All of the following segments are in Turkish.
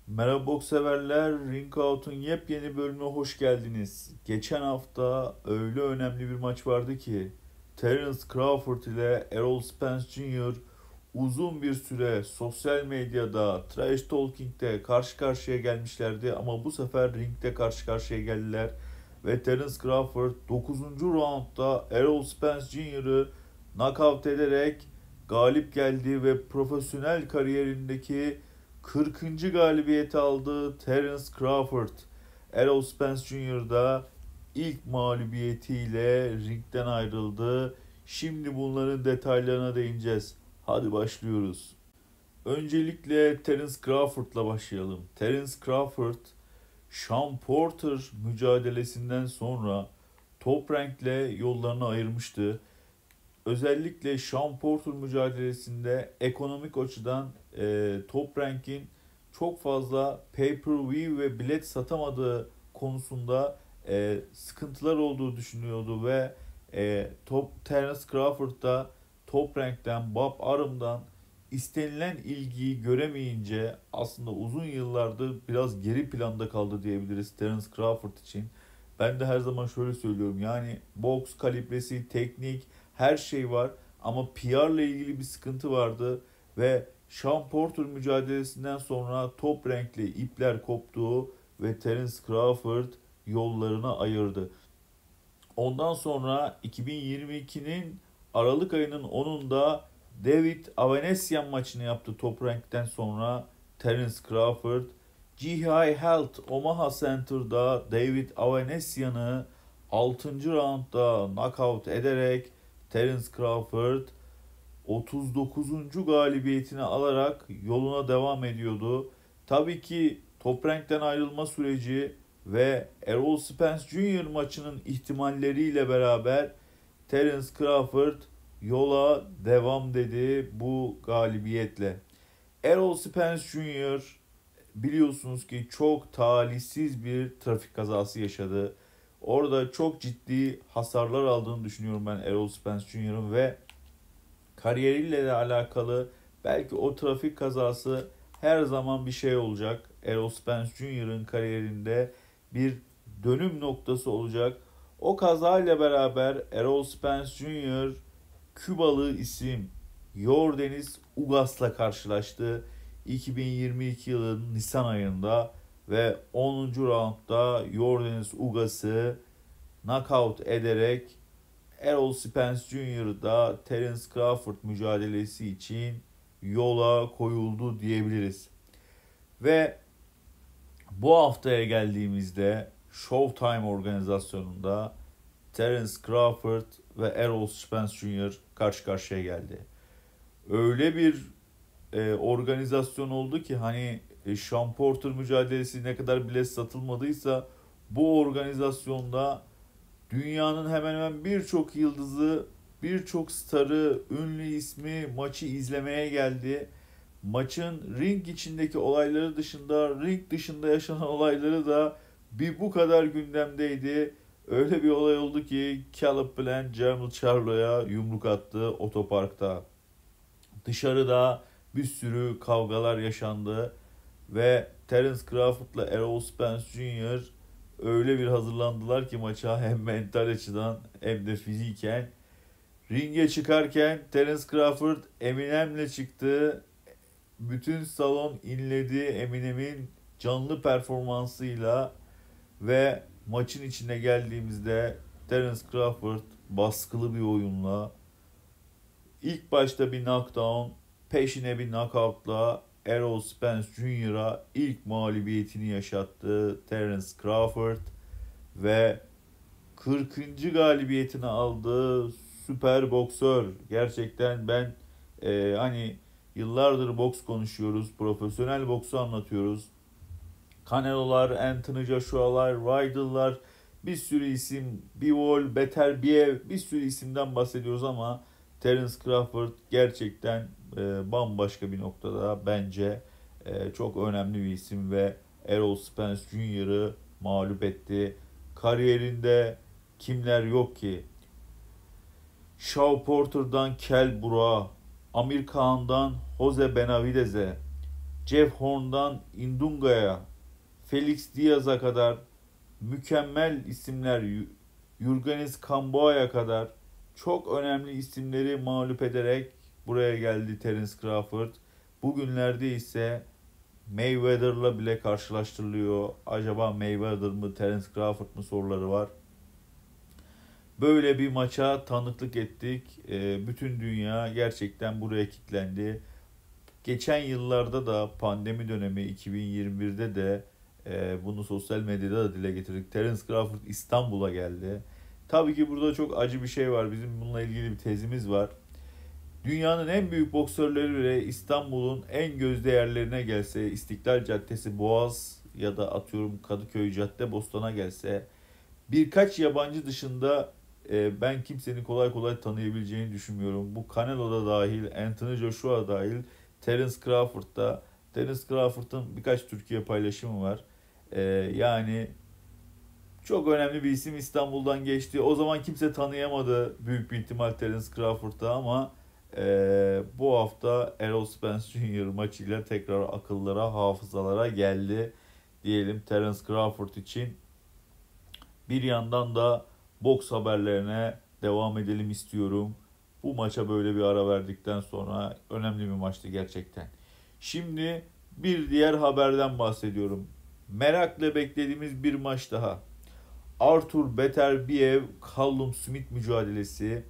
Merhaba boks severler, Ring Out'un yepyeni bölümüne hoş geldiniz. Geçen hafta öyle önemli bir maç vardı ki Terence Crawford ile Errol Spence Jr. uzun bir süre sosyal medyada, trash talking'de karşı karşıya gelmişlerdi ama bu sefer ringde karşı karşıya geldiler ve Terence Crawford 9. roundda Errol Spence Jr.'ı knockout ederek galip geldi ve profesyonel kariyerindeki 40. galibiyeti aldı Terence Crawford. Errol Spence Jr. da ilk mağlubiyetiyle ringden ayrıldı. Şimdi bunların detaylarına değineceğiz. Hadi başlıyoruz. Öncelikle Terence Crawford'la başlayalım. Terence Crawford, Sean Porter mücadelesinden sonra Top Rank'le yollarını ayırmıştı. Özellikle Sean Porter mücadelesinde ekonomik açıdan Top Rank'in çok fazla pay-per-view ve bilet satamadığı konusunda sıkıntılar olduğu düşünüyordu ve Terence Crawford da Top Rank'ten, Bob Arum'dan istenilen ilgiyi göremeyince aslında uzun yıllardır biraz geri planda kaldı diyebiliriz Terence Crawford için. Ben de her zaman şöyle söylüyorum, yani boks kalibresi, teknik, her şey var ama PR ile ilgili bir sıkıntı vardı ve Sean Porter mücadelesinden sonra Top Rank'le ipler koptu ve Terence Crawford yollarını ayırdı. Ondan sonra 2022'nin Aralık ayının 10'unda David Avanesyan maçını yaptı Top Rank'ten sonra Terence Crawford. GI Health Omaha Center'da David Avanesyan'ı 6. roundda knockout ederek Terence Crawford 39. galibiyetini alarak yoluna devam ediyordu. Tabii ki Top Rank'ten ayrılma süreci ve Errol Spence Jr. maçının ihtimalleriyle beraber Terence Crawford yola devam dedi bu galibiyetle. Errol Spence Jr. biliyorsunuz ki çok talihsiz bir trafik kazası yaşadı. Orada çok ciddi hasarlar aldığını düşünüyorum ben Errol Spence Jr.'ın ve kariyeriyle de alakalı belki o trafik kazası her zaman bir şey olacak. Errol Spence Jr.'ın kariyerinde bir dönüm noktası olacak. O kazayla beraber Errol Spence Jr. Kübalı isim Yordenis Ugas'la karşılaştı. 2022 yılının Nisan ayında ve 10. roundda Yordenis Ugas'ı knockout ederek Errol Spence Jr. da Terence Crawford mücadelesi için yola koyuldu diyebiliriz. Ve bu haftaya geldiğimizde Showtime organizasyonunda Terence Crawford ve Errol Spence Jr. karşı karşıya geldi. Öyle bir organizasyon oldu ki hani Sean Porter mücadelesi ne kadar bilet satılmadıysa bu organizasyonda dünyanın hemen hemen birçok yıldızı, birçok starı, ünlü ismi maçı izlemeye geldi. Maçın ring içindeki olayları dışında, ring dışında yaşanan olayları da bir bu kadar gündemdeydi. Öyle bir olay oldu ki Caleb Plant, Jermall Charlo'ya yumruk attı otoparkta. Dışarıda bir sürü kavgalar yaşandı ve Terence Crawford'la Errol Spence Jr. öyle bir hazırlandılar ki maça hem mental açıdan hem de fiziken. Ringe çıkarken Terence Crawford Eminem'le çıktı. Bütün salon inledi Eminem'in canlı performansıyla ve maçın içine geldiğimizde Terence Crawford baskılı bir oyunla ilk başta bir knockdown, peşine bir knockoutla Errol Spence Jr.'a ilk mağlubiyetini yaşattı Terence Crawford ve 40. galibiyetini aldı. Süper boksör. Gerçekten ben hani yıllardır boks konuşuyoruz. Profesyonel boksu anlatıyoruz. Canelo'lar, Anthony Joshua'lar, Ryder'lar, bir sürü isim, Bivol, Beterbiev, bir sürü isimden bahsediyoruz ama Terence Crawford gerçekten bambaşka bir noktada bence çok önemli bir isim ve Errol Spence Jr.'ı mağlup etti. Kariyerinde kimler yok ki? Shaw Porter'dan Kell Brook'a, Amir Khan'dan Jose Benavidez'e, Jeff Horn'dan Indunga'ya, Felix Diaz'a kadar mükemmel isimler, Jurgenis Gamboa'ya kadar çok önemli isimleri mağlup ederek buraya geldi Terence Crawford. Bugünlerde ise Mayweather'la bile karşılaştırılıyor. Acaba Mayweather mı Terence Crawford mı soruları var. Böyle bir maça tanıklık ettik. Bütün dünya gerçekten buraya kilitlendi. Geçen yıllarda da pandemi dönemi 2021'de de bunu sosyal medyada da dile getirdik. Terence Crawford İstanbul'a geldi. Tabii ki burada çok acı bir şey var. Bizim bununla ilgili bir tezimiz var. Dünyanın en büyük boksörleri bile İstanbul'un en gözde yerlerine gelse, İstiklal Caddesi, Boğaz ya da atıyorum Kadıköy, Caddebostan'a gelse, birkaç yabancı dışında ben kimsenin kolay kolay tanıyabileceğini düşünmüyorum. Bu Canelo da dahil, Anthony Joshua dahil, Terence Crawford'da. Terence Crawford'ın birkaç Türkiye paylaşımı var. Yani çok önemli bir isim İstanbul'dan geçti. O zaman kimse tanıyamadı büyük bir ihtimal Terence Crawford'da ama bu hafta Errol Spence Jr. maçıyla tekrar akıllara, hafızalara geldi diyelim Terence Crawford için. Bir yandan da boks haberlerine devam edelim istiyorum. Bu maça böyle bir ara verdikten sonra önemli bir maçtı gerçekten. Şimdi bir diğer haberden bahsediyorum. Merakla beklediğimiz bir maç daha. Arthur Beterbiev Callum Smith mücadelesi.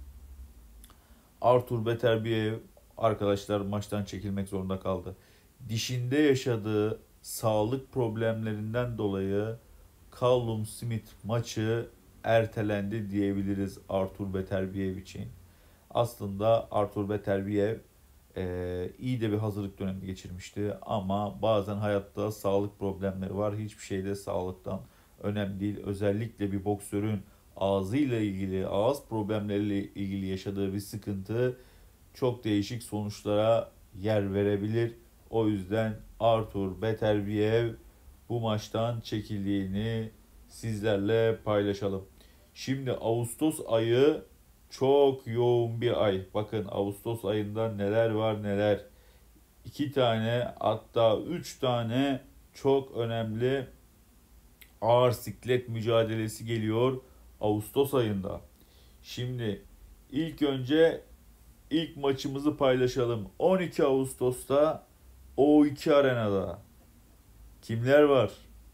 Arthur Beterbiev arkadaşlar maçtan çekilmek zorunda kaldı. Dişinde yaşadığı sağlık problemlerinden dolayı Callum Smith maçı ertelendi diyebiliriz Arthur Beterbiev için. Aslında Arthur Beterbiev iyi de bir hazırlık dönemi geçirmişti ama bazen hayatta sağlık problemleri var. Hiçbir şey de sağlıktan önemli değil. Özellikle bir boksörün ağzıyla ilgili, ağız problemleriyle ilgili yaşadığı bir sıkıntı çok değişik sonuçlara yer verebilir. O yüzden Arthur Beterbiev bu maçtan çekildiğini sizlerle paylaşalım. Şimdi Ağustos ayı çok yoğun bir ay. Bakın Ağustos ayında neler var neler. 2 tane hatta 3 tane çok önemli ağır siklet mücadelesi geliyor Ağustos ayında. Şimdi ilk önce ilk maçımızı paylaşalım. 12 Ağustos'ta O2 Arena'da kimler var?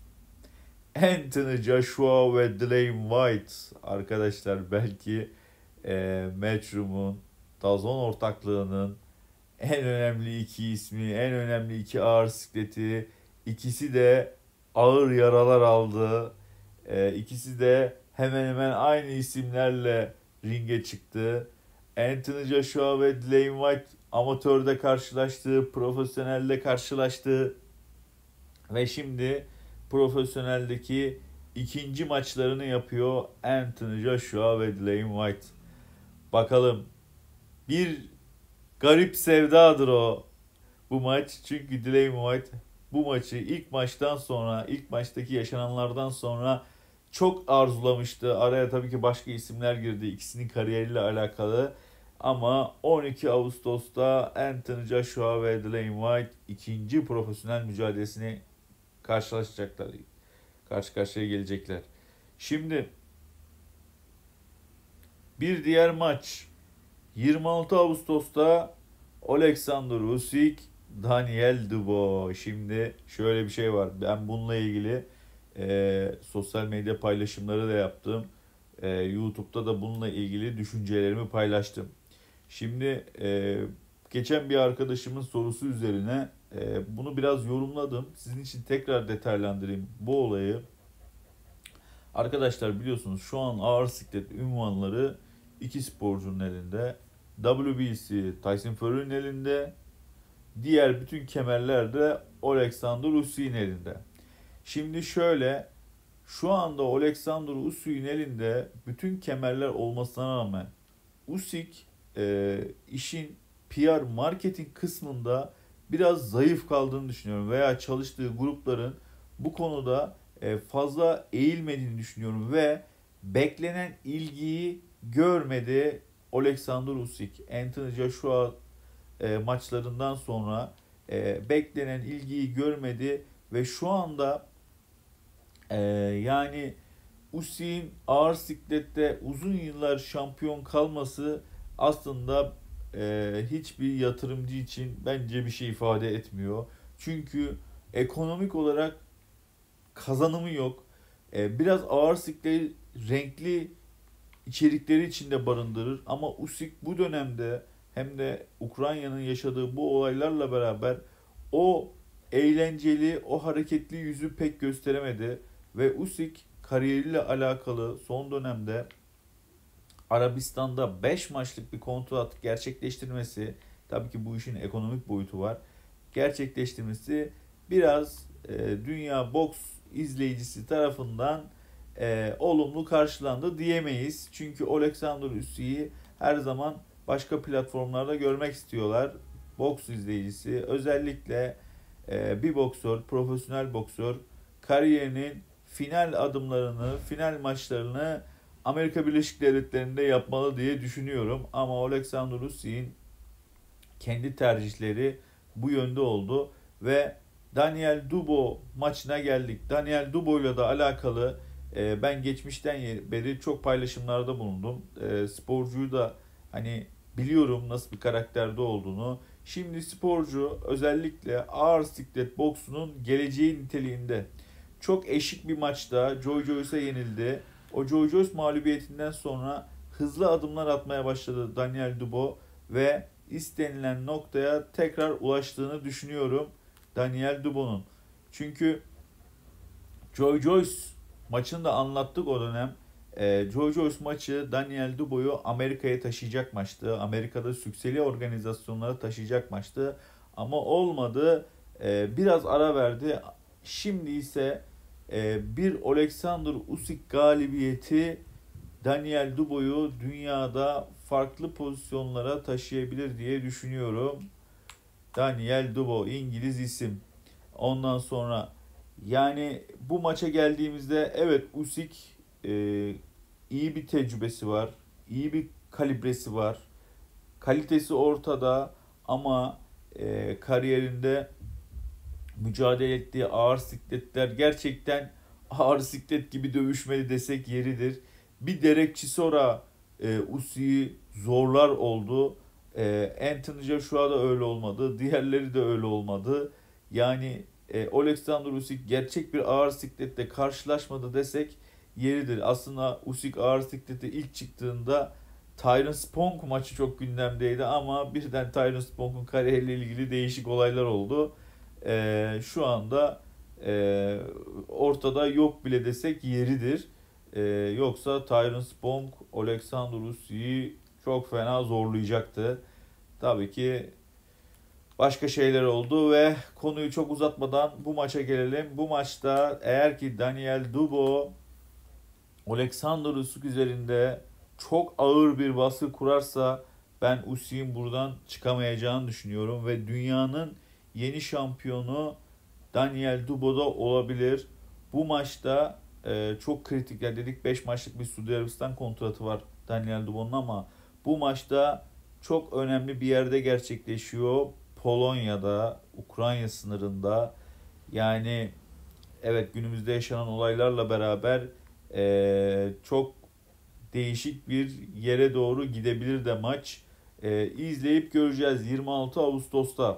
Anthony Joshua ve Dillian Whyte. Arkadaşlar belki Matchroom'un, DAZN ortaklığının en önemli iki ismi, en önemli iki ağır sikleti. İkisi de ağır yaralar aldı. İkisi de hemen hemen aynı isimlerle ringe çıktı. Anthony Joshua ve Dillian Whyte amatörde karşılaştı, profesyonelde karşılaştı ve şimdi profesyoneldeki ikinci maçlarını yapıyor Anthony Joshua ve Dillian Whyte. Bakalım bir garip sevdadır o bu maç. Çünkü Dillian Whyte bu maçı ilk maçtan sonra, ilk maçtaki yaşananlardan sonra çok arzulamıştı. Araya tabii ki başka isimler girdi ikisinin kariyeriyle alakalı. Ama 12 Ağustos'ta Anthony Joshua ve Dillian Whyte ikinci profesyonel mücadelesini karşılaşacaklar. Karşı karşıya gelecekler. Şimdi bir diğer maç 26 Ağustos'ta Alexander Usyk, Daniel Dubois. Şimdi şöyle bir şey var. Ben bununla ilgili sosyal medya paylaşımları da yaptım. YouTube'da da bununla ilgili düşüncelerimi paylaştım. Şimdi geçen bir arkadaşımın sorusu üzerine bunu biraz yorumladım. Sizin için tekrar detaylandırayım bu olayı. Arkadaşlar biliyorsunuz şu an ağır siklet ünvanları iki sporcunun elinde. WBC Tyson Fury'nin elinde. Diğer bütün kemerler de Alexander Usyk'in elinde. Şimdi şöyle şu anda Alexander Usyk'in elinde bütün kemerler olmasına rağmen Usyk işin PR marketing kısmında biraz zayıf kaldığını düşünüyorum veya çalıştığı grupların bu konuda fazla eğilmediğini düşünüyorum ve beklenen ilgiyi görmedi Alexander Usyk. Anthony Joshua maçlarından sonra beklenen ilgiyi görmedi ve şu anda e, yani Usyk'in ağır siklette uzun yıllar şampiyon kalması aslında hiçbir yatırımcı için bence bir şey ifade etmiyor. Çünkü ekonomik olarak kazanımı yok. Biraz ağır siklet renkli içerikleri içinde barındırır ama Usyk bu dönemde hem de Ukrayna'nın yaşadığı bu olaylarla beraber o eğlenceli, o hareketli yüzü pek gösteremedi ve Usyk kariyeriyle alakalı son dönemde Arabistan'da 5 maçlık bir kontrat gerçekleştirmesi, tabii ki bu işin ekonomik boyutu var. Gerçekleştirmesi biraz dünya boks izleyicisi tarafından olumlu karşılandı diyemeyiz. Çünkü Alexander Usyk'i her zaman başka platformlarda görmek istiyorlar. Boks izleyicisi özellikle bir boksör, profesyonel boksör kariyerinin final adımlarını, final maçlarını Amerika Birleşik Devletleri'nde yapmalı diye düşünüyorum. Ama Alexander Usyk'in kendi tercihleri bu yönde oldu ve Daniel Dubois maçına geldik. Daniel Dubois'la da alakalı ben geçmişten beri çok paylaşımlarda bulundum. Sporcuyu da hani biliyorum nasıl bir karakterde olduğunu. Şimdi sporcu özellikle ağır siklet boksunun geleceği niteliğinde. Çok eşik bir maçta Joe Joyce'a yenildi. O Joe Joyce mağlubiyetinden sonra hızlı adımlar atmaya başladı Daniel Dubois ve istenilen noktaya tekrar ulaştığını düşünüyorum Daniel Dubois'un. Çünkü Joe Joyce maçını da anlattık o dönem. Joe Joyce maçı Daniel Dubois'u Amerika'ya taşıyacak maçtı. Amerika'da sükseli organizasyonlara taşıyacak maçtı. Ama olmadı. Biraz ara verdi. Şimdi ise bir Alexander Usyk galibiyeti Daniel Dubois'u dünyada farklı pozisyonlara taşıyabilir diye düşünüyorum. Daniel Dubois İngiliz isim. Ondan sonra yani bu maça geldiğimizde evet Usyk e, iyi bir tecrübesi var. İyi bir kalibresi var. Kalitesi ortada ama kariyerinde mücadele ettiği ağır sikletler gerçekten ağır siklet gibi dövüşmeli desek yeridir. Bir Derek Chisora Usyk'i zorlar oldu. Anthony Joshua da öyle olmadı. Diğerleri de öyle olmadı. Yani Alexander Usyk gerçek bir ağır siklette karşılaşmadı desek yeridir. Aslında Usyk ağır siklete ilk çıktığında Tyron Spong maçı çok gündemdeydi ama birden Tyron Spong'un kariyeriyle ilgili değişik olaylar oldu. Şu anda ortada yok bile desek yeridir. Yoksa Tyron Spong Alexander Usyk'i çok fena zorlayacaktı. Tabii ki başka şeyler oldu ve konuyu çok uzatmadan bu maça gelelim. Bu maçta eğer ki Daniel Dubois Alexander Usyk üzerinde çok ağır bir baskı kurarsa ben Usyk'in buradan çıkamayacağını düşünüyorum ve dünyanın yeni şampiyonu Daniel Dubois da olabilir. Bu maçta çok kritik ya dedik 5 maçlık bir Suudi Arabistan kontratı var Daniel Dubois'un ama bu maçta çok önemli bir yerde gerçekleşiyor. Polonya'da, Ukrayna sınırında. Yani evet günümüzde yaşanan olaylarla beraber çok değişik bir yere doğru gidebilir de maç. İzleyip göreceğiz 26 Ağustos'ta.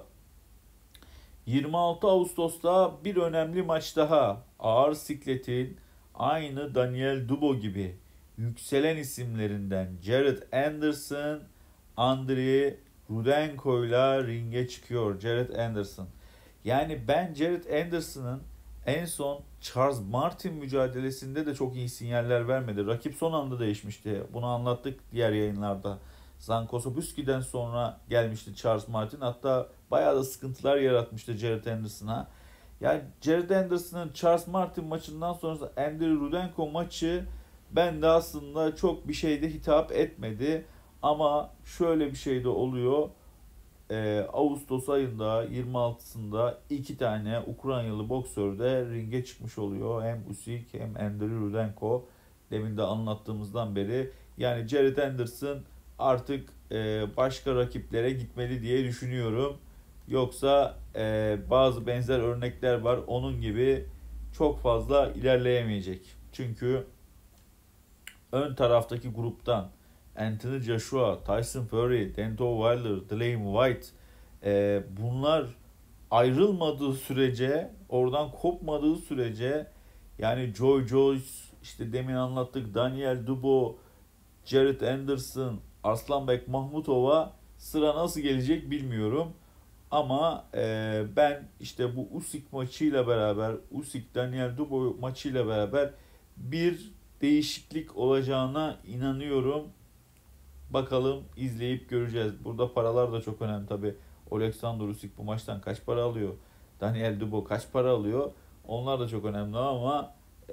26 Ağustos'ta bir önemli maç daha. Ağır sikletin aynı Daniel Dubois gibi yükselen isimlerinden Jared Anderson, Andrei Rudenko ile ringe çıkıyor. Jared Anderson. Yani ben Jared Anderson'ın en son Charles Martin mücadelesinde de çok iyi sinyaller vermedi. Rakip son anda değişmişti. Bunu anlattık diğer yayınlarda. Zanko Sobuski'den sonra gelmişti Charles Martin. Hatta bayağı da sıkıntılar yaratmıştı Jared Anderson'a. Yani Jared Anderson'ın Charles Martin maçından sonrası Andrei Rudenko maçı ben de aslında çok bir şeyde hitap etmedi. Ama şöyle bir şey de oluyor. Ağustos ayında 26'sında iki tane Ukraynalı boksör de ringe çıkmış oluyor. Hem Usyk hem Andrei Rudenko. Demin de anlattığımızdan beri. Yani Jared Anderson artık başka rakiplere gitmeli diye düşünüyorum. Yoksa bazı benzer örnekler var. Onun gibi çok fazla ilerleyemeyecek. Çünkü ön taraftaki gruptan Anthony Joshua, Tyson Fury, Deontay Wilder, Dillian White, bunlar ayrılmadığı sürece, oradan kopmadığı sürece, yani Joy Joyce, işte demin anlattık Daniel Dubois, Jared Anderson, Arslanbek Mahmutova sıra nasıl gelecek bilmiyorum. Ama ben işte bu Usyk maçıyla beraber, Usyk Daniel Dubois maçıyla beraber bir değişiklik olacağına inanıyorum. Bakalım, izleyip göreceğiz. Burada paralar da çok önemli tabi. Oleksandr Usyk bu maçtan kaç para alıyor? Daniel Dubois kaç para alıyor? Onlar da çok önemli ama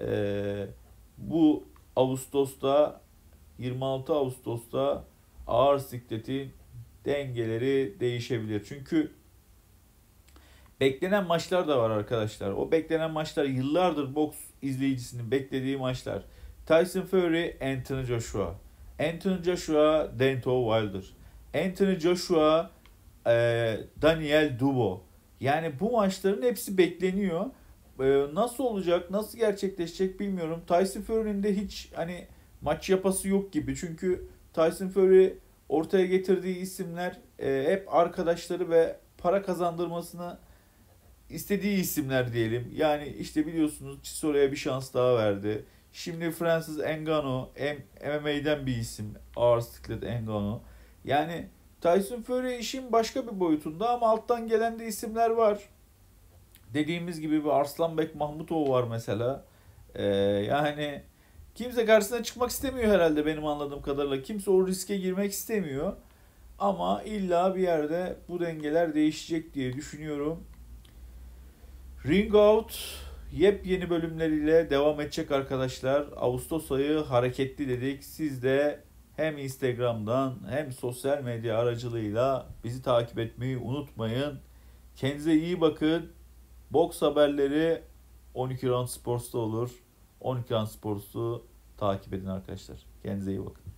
bu Ağustos'ta, 26 Ağustos'ta ağır sikletin dengeleri değişebilir. Çünkü beklenen maçlar da var arkadaşlar. O beklenen maçlar, yıllardır boks izleyicisinin beklediği maçlar. Tyson Fury, Anthony Joshua. Anthony Joshua, Deontay Wilder. Anthony Joshua, Daniel Dubois. Yani bu maçların hepsi bekleniyor. Nasıl olacak, nasıl gerçekleşecek bilmiyorum. Tyson Fury'nin de hiç hani maç yapası yok gibi. Çünkü Tyson Fury ortaya getirdiği isimler hep arkadaşları ve para kazandırmasını istediği isimler diyelim. Yani işte biliyorsunuz Chisore'ye bir şans daha verdi. Şimdi Francis Ngannou, MMA'den bir isim. Ağır siklet Ngannou. Yani Tyson Fury işin başka bir boyutunda ama alttan gelen de isimler var. Dediğimiz gibi bir Arslanbek Mahmutov var mesela. Yani kimse karşısına çıkmak istemiyor herhalde benim anladığım kadarıyla. Kimse o riske girmek istemiyor. Ama illa bir yerde bu dengeler değişecek diye düşünüyorum. Ring Out yepyeni bölümleriyle devam edecek arkadaşlar. Ağustos ayı hareketli dedik. Siz de hem Instagram'dan hem sosyal medya aracılığıyla bizi takip etmeyi unutmayın. Kendinize iyi bakın. Boks haberleri 12 Round Sports'ta olur. 12 Round Sports'u takip edin arkadaşlar. Kendinize iyi bakın.